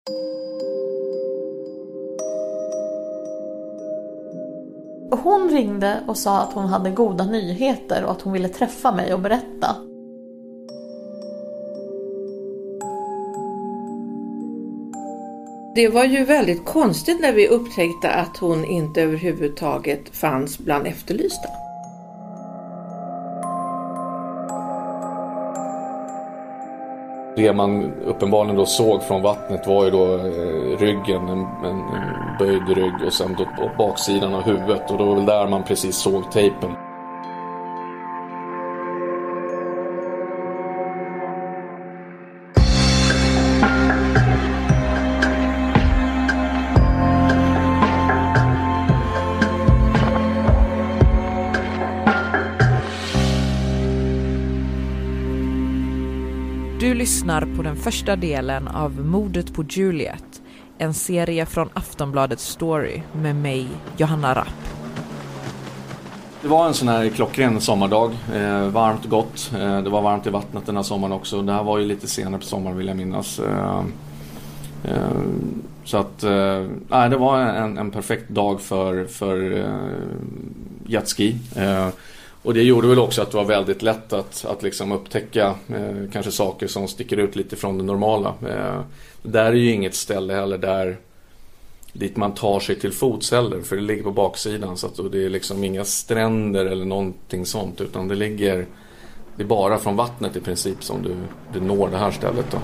Hon ringde och sa att hon hade goda nyheter och att hon ville träffa mig och berätta. Det var ju väldigt konstigt när vi upptäckte att hon inte överhuvudtaget fanns bland efterlysta. Det man uppenbarligen då såg från vattnet var ju då ryggen, en böjd rygg och sen då på baksidan av huvudet, och då var väl där man precis såg tejpen. Du lyssnar på den första delen av Mordet på Juliet, en serie från Aftonbladet Story med mig, Johanna Rapp. Det var en sån här klockren sommardag, varmt och gott. Det var varmt i vattnet den här sommaren också. Det här var ju lite senare på sommaren, vill jag minnas. Så att det var en perfekt dag för jetski. Och det gjorde väl också att det var väldigt lätt att liksom upptäcka kanske saker som sticker ut lite från det normala. Det där är ju inget ställe heller dit man tar sig till fots heller, för det ligger på baksidan, så att det är liksom inga stränder eller någonting sånt, utan det är bara från vattnet i princip som du når det här stället då.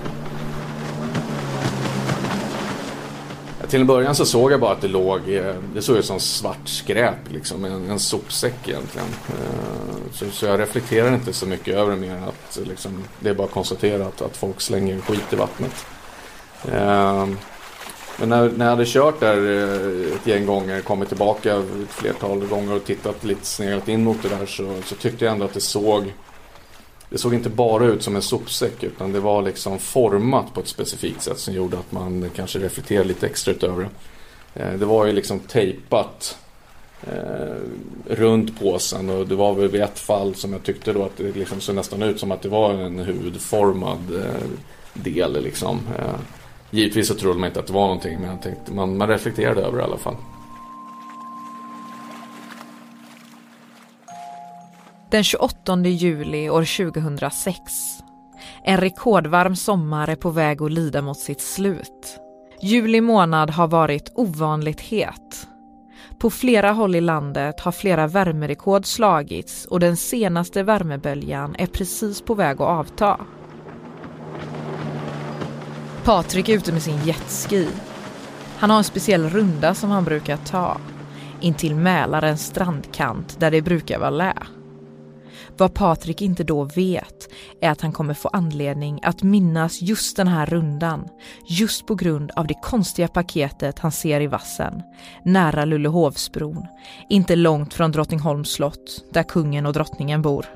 Till en början så såg jag bara att det såg ut som svart skräp, liksom en sopsäck egentligen. Så jag reflekterar inte så mycket över det, mer att liksom, det är bara konstaterat att folk slänger skit i vattnet. Men när jag hade kört där ett gäng gånger, kommit tillbaka ett flertal gånger och tittat lite sneglat in mot det där, så tyckte jag ändå att det såg inte bara ut som en sopsäck, utan det var liksom format på ett specifikt sätt som gjorde att man kanske reflekterade lite extra utöver det. Det var ju liksom tejpat runt påsen, och det var väl vid ett fall som jag tyckte då att det liksom såg nästan ut som att det var en hudformad del liksom. Givetvis så trodde man inte att det var någonting, men jag tänkte, man reflekterade över det i alla fall. Den 28 juli år 2006. En rekordvarm sommar är på väg att lida mot sitt slut. Juli månad har varit ovanligt het. På flera håll i landet har flera värmerekord slagits, och den senaste värmeböljan är precis på väg att avta. Patrik är ute med sin jetski. Han har en speciell runda som han brukar ta in till Mälarens strandkant där det brukar vara lä. Vad Patrik inte då vet är att han kommer få anledning att minnas just den här rundan, just på grund av det konstiga paketet han ser i vassen, nära Lullehovsbron, inte långt från Drottningholms slott, där kungen och drottningen bor.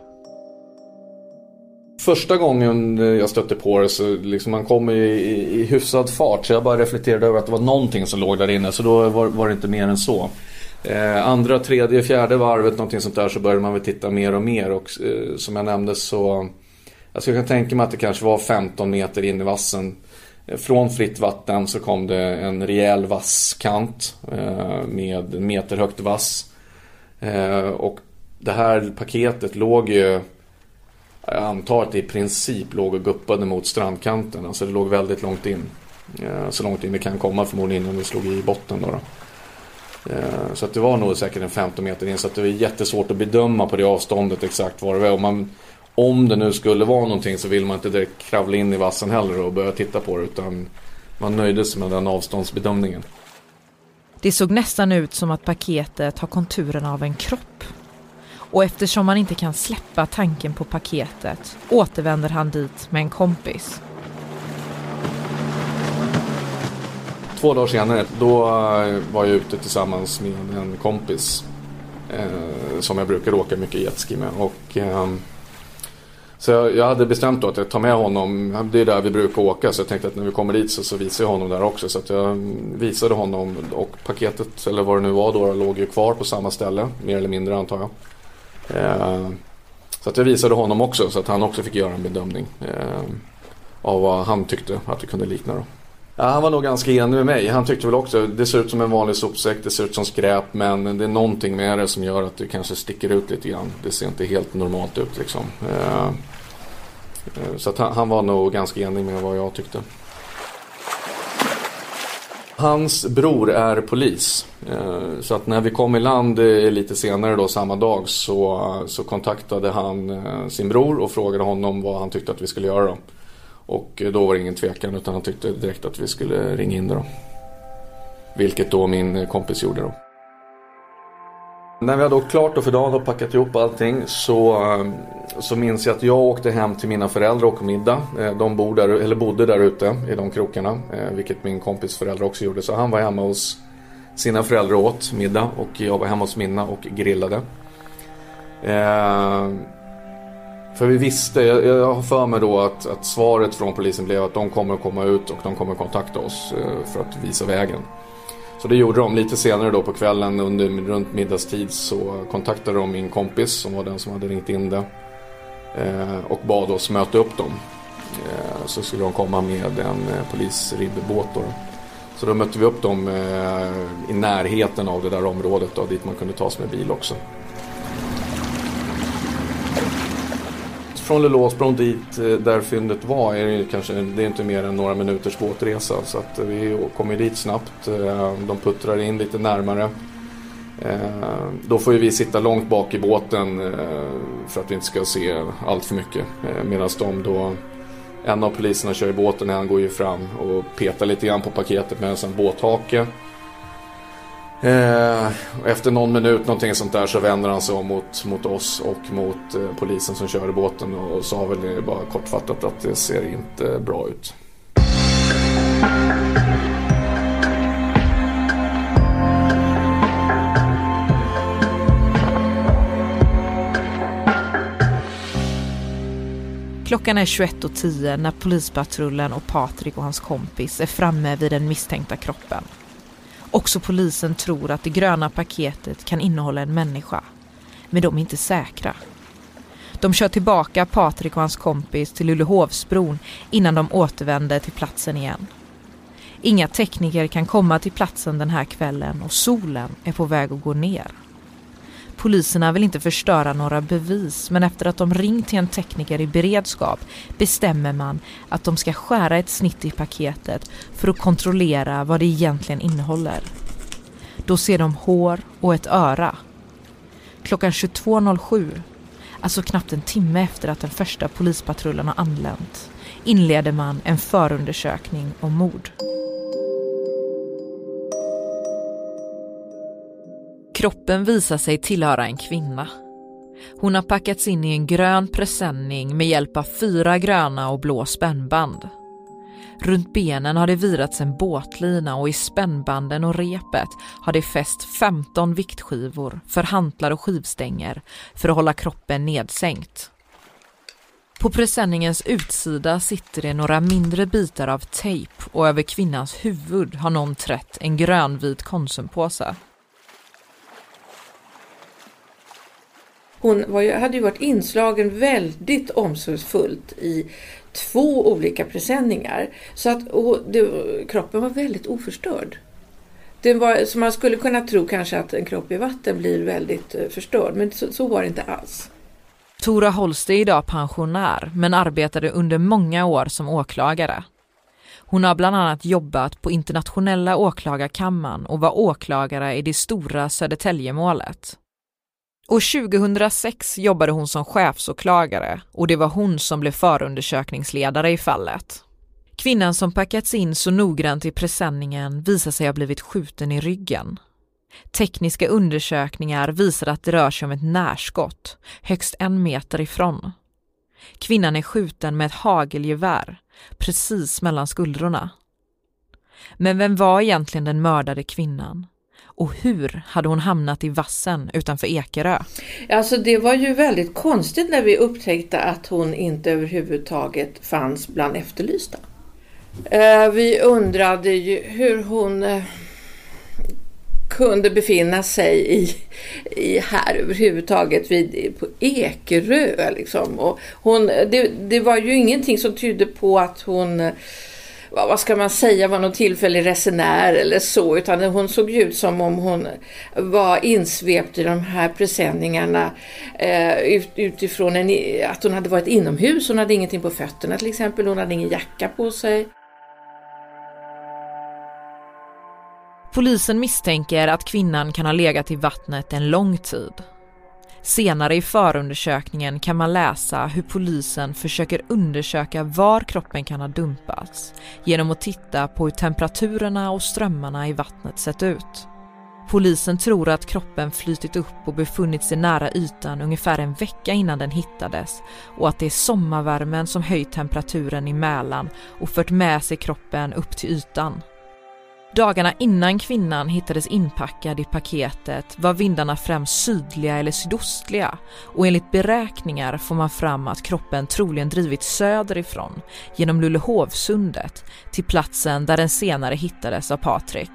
Första gången jag stötte på det så liksom man kom i hyfsad fart, så jag bara reflekterade över att det var någonting som låg där inne, så då var det inte mer än så. Andra, tredje, fjärde varvet, någonting sånt där, så började man väl titta mer och mer, och som jag nämnde så jag kan tänka mig att det kanske var 15 meter in i vassen. Från fritt vatten så kom det en rejäl vasskant med meterhögt vass, och det här paketet låg ju, jag antar att det i princip låg och guppade mot strandkanten, alltså det låg väldigt långt in, så långt in det kan komma förmodligen innan det slog i botten då. Så att det var nog säkert en 15 meter in, så att det var jättesvårt att bedöma på det avståndet exakt vad det var. Och om det nu skulle vara någonting så vill man inte direkt kravla in i vassen heller och börja titta på det, utan man nöjde sig med den avståndsbedömningen. Det såg nästan ut som att paketet har konturerna av en kropp. Och eftersom man inte kan släppa tanken på paketet återvänder han dit med en kompis. 2 dagar senare, då var jag ute tillsammans med en kompis som jag brukar åka mycket jetski med. Och, så jag hade bestämt då att jag tar med honom, det är där vi brukar åka, så jag tänkte att när vi kommer dit så visar jag honom där också. Så att jag visade honom, och paketet, eller vad det nu var då, låg ju kvar på samma ställe, mer eller mindre antar jag. Så att jag visade honom också, så att han också fick göra en bedömning av vad han tyckte att det kunde likna då. Ja, han var nog ganska enig med mig. Han tyckte väl också, det ser ut som en vanlig sopsäck, det ser ut som skräp, men det är någonting med det som gör att det kanske sticker ut lite grann. Det ser inte helt normalt ut liksom. Så att han var nog ganska enig med vad jag tyckte. Hans bror är polis. Så att när vi kom i land lite senare då samma dag så kontaktade han sin bror och frågade honom vad han tyckte att vi skulle göra då. Och då var det ingen tvekan, utan han tyckte direkt att vi skulle ringa in det då. Vilket då min kompis gjorde då. När vi hade åkt klart och för dagen och packat ihop allting så minns jag att jag åkte hem till mina föräldrar och middag. De bodde där ute i de krokarna, vilket min kompis föräldrar också gjorde. Så han var hemma hos sina föräldrar och åt middag och jag var hemma hos mina och grillade. För vi visste, jag har för mig då att svaret från polisen blev att de kommer att komma ut och de kommer att kontakta oss för att visa vägen. Så det gjorde de. Lite senare då på kvällen runt middagstid så kontaktade de min kompis som var den som hade ringt in det och bad oss möta upp dem. Så skulle de komma med en polisribbåt då. Så då mötte vi upp dem i närheten av det där området då, dit man kunde ta sig med bil också. Från Lelåsbron dit där fyndet var det är inte mer än några minuters båtresa, så att vi kommer dit snabbt. De puttrar in lite närmare. Då får ju vi sitta långt bak i båten för att vi inte ska se allt för mycket. Medan en av poliserna kör i båten, han går ju fram och petar lite grann på paketet med en båthake. Efter någon minut någonting sånt där så vänder han sig om mot oss och mot polisen som kör i båten och sa väl bara kortfattat att det ser inte bra ut. Klockan är 21:10 när polispatrullen och Patrik och hans kompis är framme vid den misstänkta kroppen. Också polisen tror att det gröna paketet kan innehålla en människa, men de är inte säkra. De kör tillbaka Patrik och hans kompis till Lullehovsbron innan de återvänder till platsen igen. Inga tekniker kan komma till platsen den här kvällen och solen är på väg att gå ner. Poliserna vill inte förstöra några bevis, men efter att de ringt till en tekniker i beredskap bestämmer man att de ska skära ett snitt i paketet för att kontrollera vad det egentligen innehåller. Då ser de hår och ett öra. Klockan 22:07, alltså knappt en timme efter att den första polispatrullen har anlänt, inleder man en förundersökning om mord. Kroppen visar sig tillhöra en kvinna. Hon har packats in i en grön presenning med hjälp av 4 gröna och blå spännband. Runt benen har det virats en båtlina och i spännbanden och repet har det fäst 15 viktskivor för hantlar och skivstänger för att hålla kroppen nedsänkt. På presenningens utsida sitter det några mindre bitar av tejp och över kvinnans huvud har någon trätt en grönvit konsumpåse. Hon hade ju varit inslagen väldigt omsorgsfullt i 2 olika presenningar. Så att kroppen var väldigt oförstörd. Det var, så man skulle kunna tro kanske att en kropp i vatten blir väldigt förstörd. Men så var det inte alls. Tora Holst är idag pensionär men arbetade under många år som åklagare. Hon har bland annat jobbat på internationella åklagarkammaren och var åklagare i det stora Södertäljemålet. År 2006 jobbade hon som chefsåklagare och det var hon som blev förundersökningsledare i fallet. Kvinnan som packats in så noggrant i presenningen visar sig ha blivit skjuten i ryggen. Tekniska undersökningar visar att det rör sig om ett närskott, högst 1 meter ifrån. Kvinnan är skjuten med ett hagelgevär, precis mellan skuldrorna. Men vem var egentligen den mördade kvinnan? Och hur hade hon hamnat i vassen utanför Ekerö? Alltså det var ju väldigt konstigt när vi upptäckte att hon inte överhuvudtaget fanns bland efterlysta. Vi undrade ju hur hon kunde befinna sig i här överhuvudtaget på Ekerö liksom. Och det var ju ingenting som tydde på att hon vad ska man säga, var någon tillfällig resenär eller så, utan hon såg ut som om hon var insvept i de här presenningarna utifrån att hon hade varit inomhus. Hon hade ingenting på fötterna till exempel, hon hade ingen jacka på sig. Polisen misstänker att kvinnan kan ha legat i vattnet en lång tid. Senare i förundersökningen kan man läsa hur polisen försöker undersöka var kroppen kan ha dumpats genom att titta på hur temperaturerna och strömmarna i vattnet sett ut. Polisen tror att kroppen flytit upp och befunnit sig nära ytan ungefär en vecka innan den hittades och att det är sommarvärmen som höjt temperaturen i Mälaren och fört med sig kroppen upp till ytan. Dagarna innan kvinnan hittades inpackad i paketet var vindarna främst sydliga eller sydostliga och enligt beräkningar får man fram att kroppen troligen drivit söderifrån genom Lullehovsundet till platsen där den senare hittades av Patrik.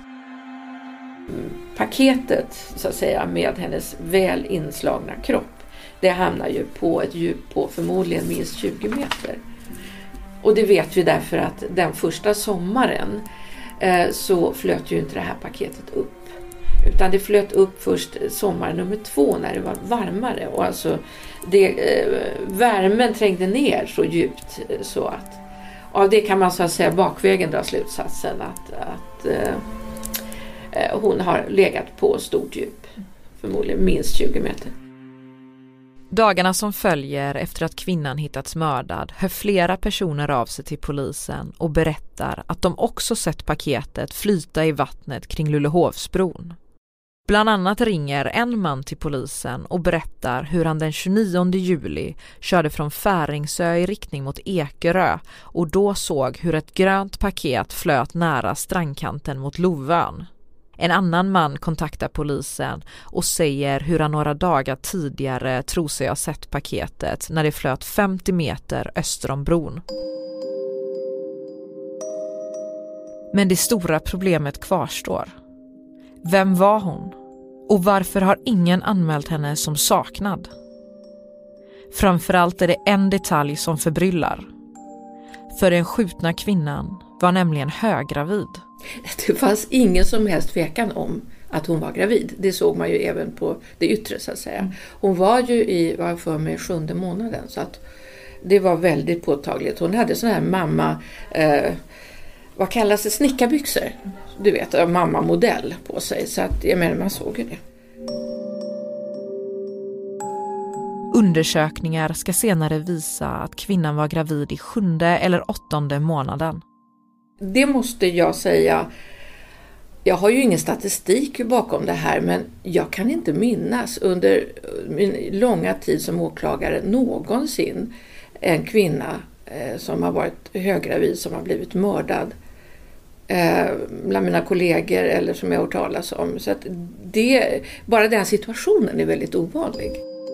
Paketet så att säga med hennes väl inslagna kropp, det hamnar ju på ett djup på förmodligen minst 20 meter. Och det vet vi därför att den första sommaren så flöt ju inte det här paketet upp. Utan det flöt upp först sommar nummer 2 när det var varmare. Och alltså värmen trängde ner så djupt så att av det kan man så att säga bakvägen dra slutsatsen att hon har legat på stort djup. Förmodligen minst 20 meter. Dagarna som följer efter att kvinnan hittats mördad hör flera personer av sig till polisen och berättar att de också sett paketet flyta i vattnet kring Lullehovsbron. Bland annat ringer en man till polisen och berättar hur han den 29 juli körde från Färingsö i riktning mot Ekerö och då såg hur ett grönt paket flöt nära strandkanten mot Lovön. En annan man kontaktar polisen och säger hur han några dagar tidigare tror sig ha sett paketet när det flöt 50 meter öster om bron. Men det stora problemet kvarstår. Vem var hon? Och varför har ingen anmält henne som saknad? Framförallt är det en detalj som förbryllar. För den skjutna kvinnan var nämligen höggravid. Det fanns ingen som helst tvekan om att hon var gravid. Det såg man ju även på det yttre så att säga. Hon var ju i, vad för mig, 7:e månaden så att det var väldigt påtagligt. Hon hade sån här mamma, vad kallas det, snickarbyxor. Du vet, mamma-modell på sig. Så att jag menar, man såg ju det. Undersökningar ska senare visa att kvinnan var gravid i 7:e eller 8:e månaden. Det måste jag säga. Jag har ju ingen statistik bakom det här, men jag kan inte minnas under min långa tid som åklagare någonsin en kvinna som har varit höggravid som har blivit mördad bland mina kollegor eller som jag har hört talas om. Så att bara den situationen är väldigt ovanlig.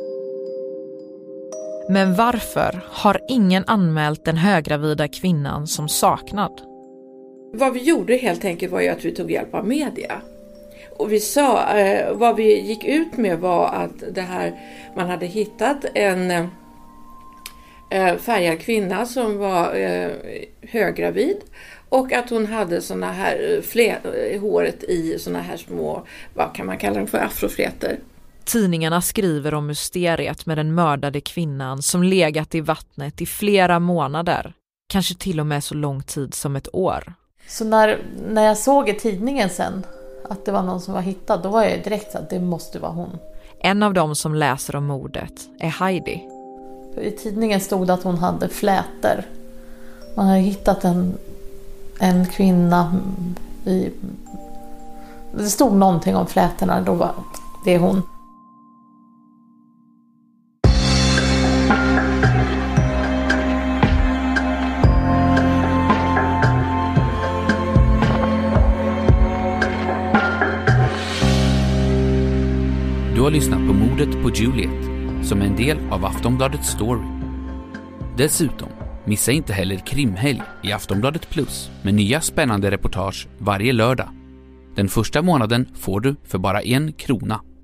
Men varför har ingen anmält den höggravida kvinnan som saknad? Vad vi gjorde helt enkelt var ju att vi tog hjälp av media. Och vi sa, vad vi gick ut med var att det här, man hade hittat en färgad kvinna som var höggravid och att hon hade såna här håret i såna här små, vad kan man kalla dem för, afroflätor. Tidningarna skriver om mysteriet med den mördade kvinnan som legat i vattnet i flera månader, kanske till och med så lång tid som ett år. Så när jag såg i tidningen sen att det var någon som var hittad, då var jag direkt så att det måste vara hon. En av dem som läser om mordet är Heidi. I tidningen stod det att hon hade flätor. Man har hittat en kvinna det stod någonting om flätorna, då var det hon. Du har lyssnat på mordet på Juliet som är en del av Aftonbladet Story. Dessutom, missa inte heller Krimhelg i Aftonbladet Plus med nya spännande reportage varje lördag. Den första månaden får du för bara 1 krona.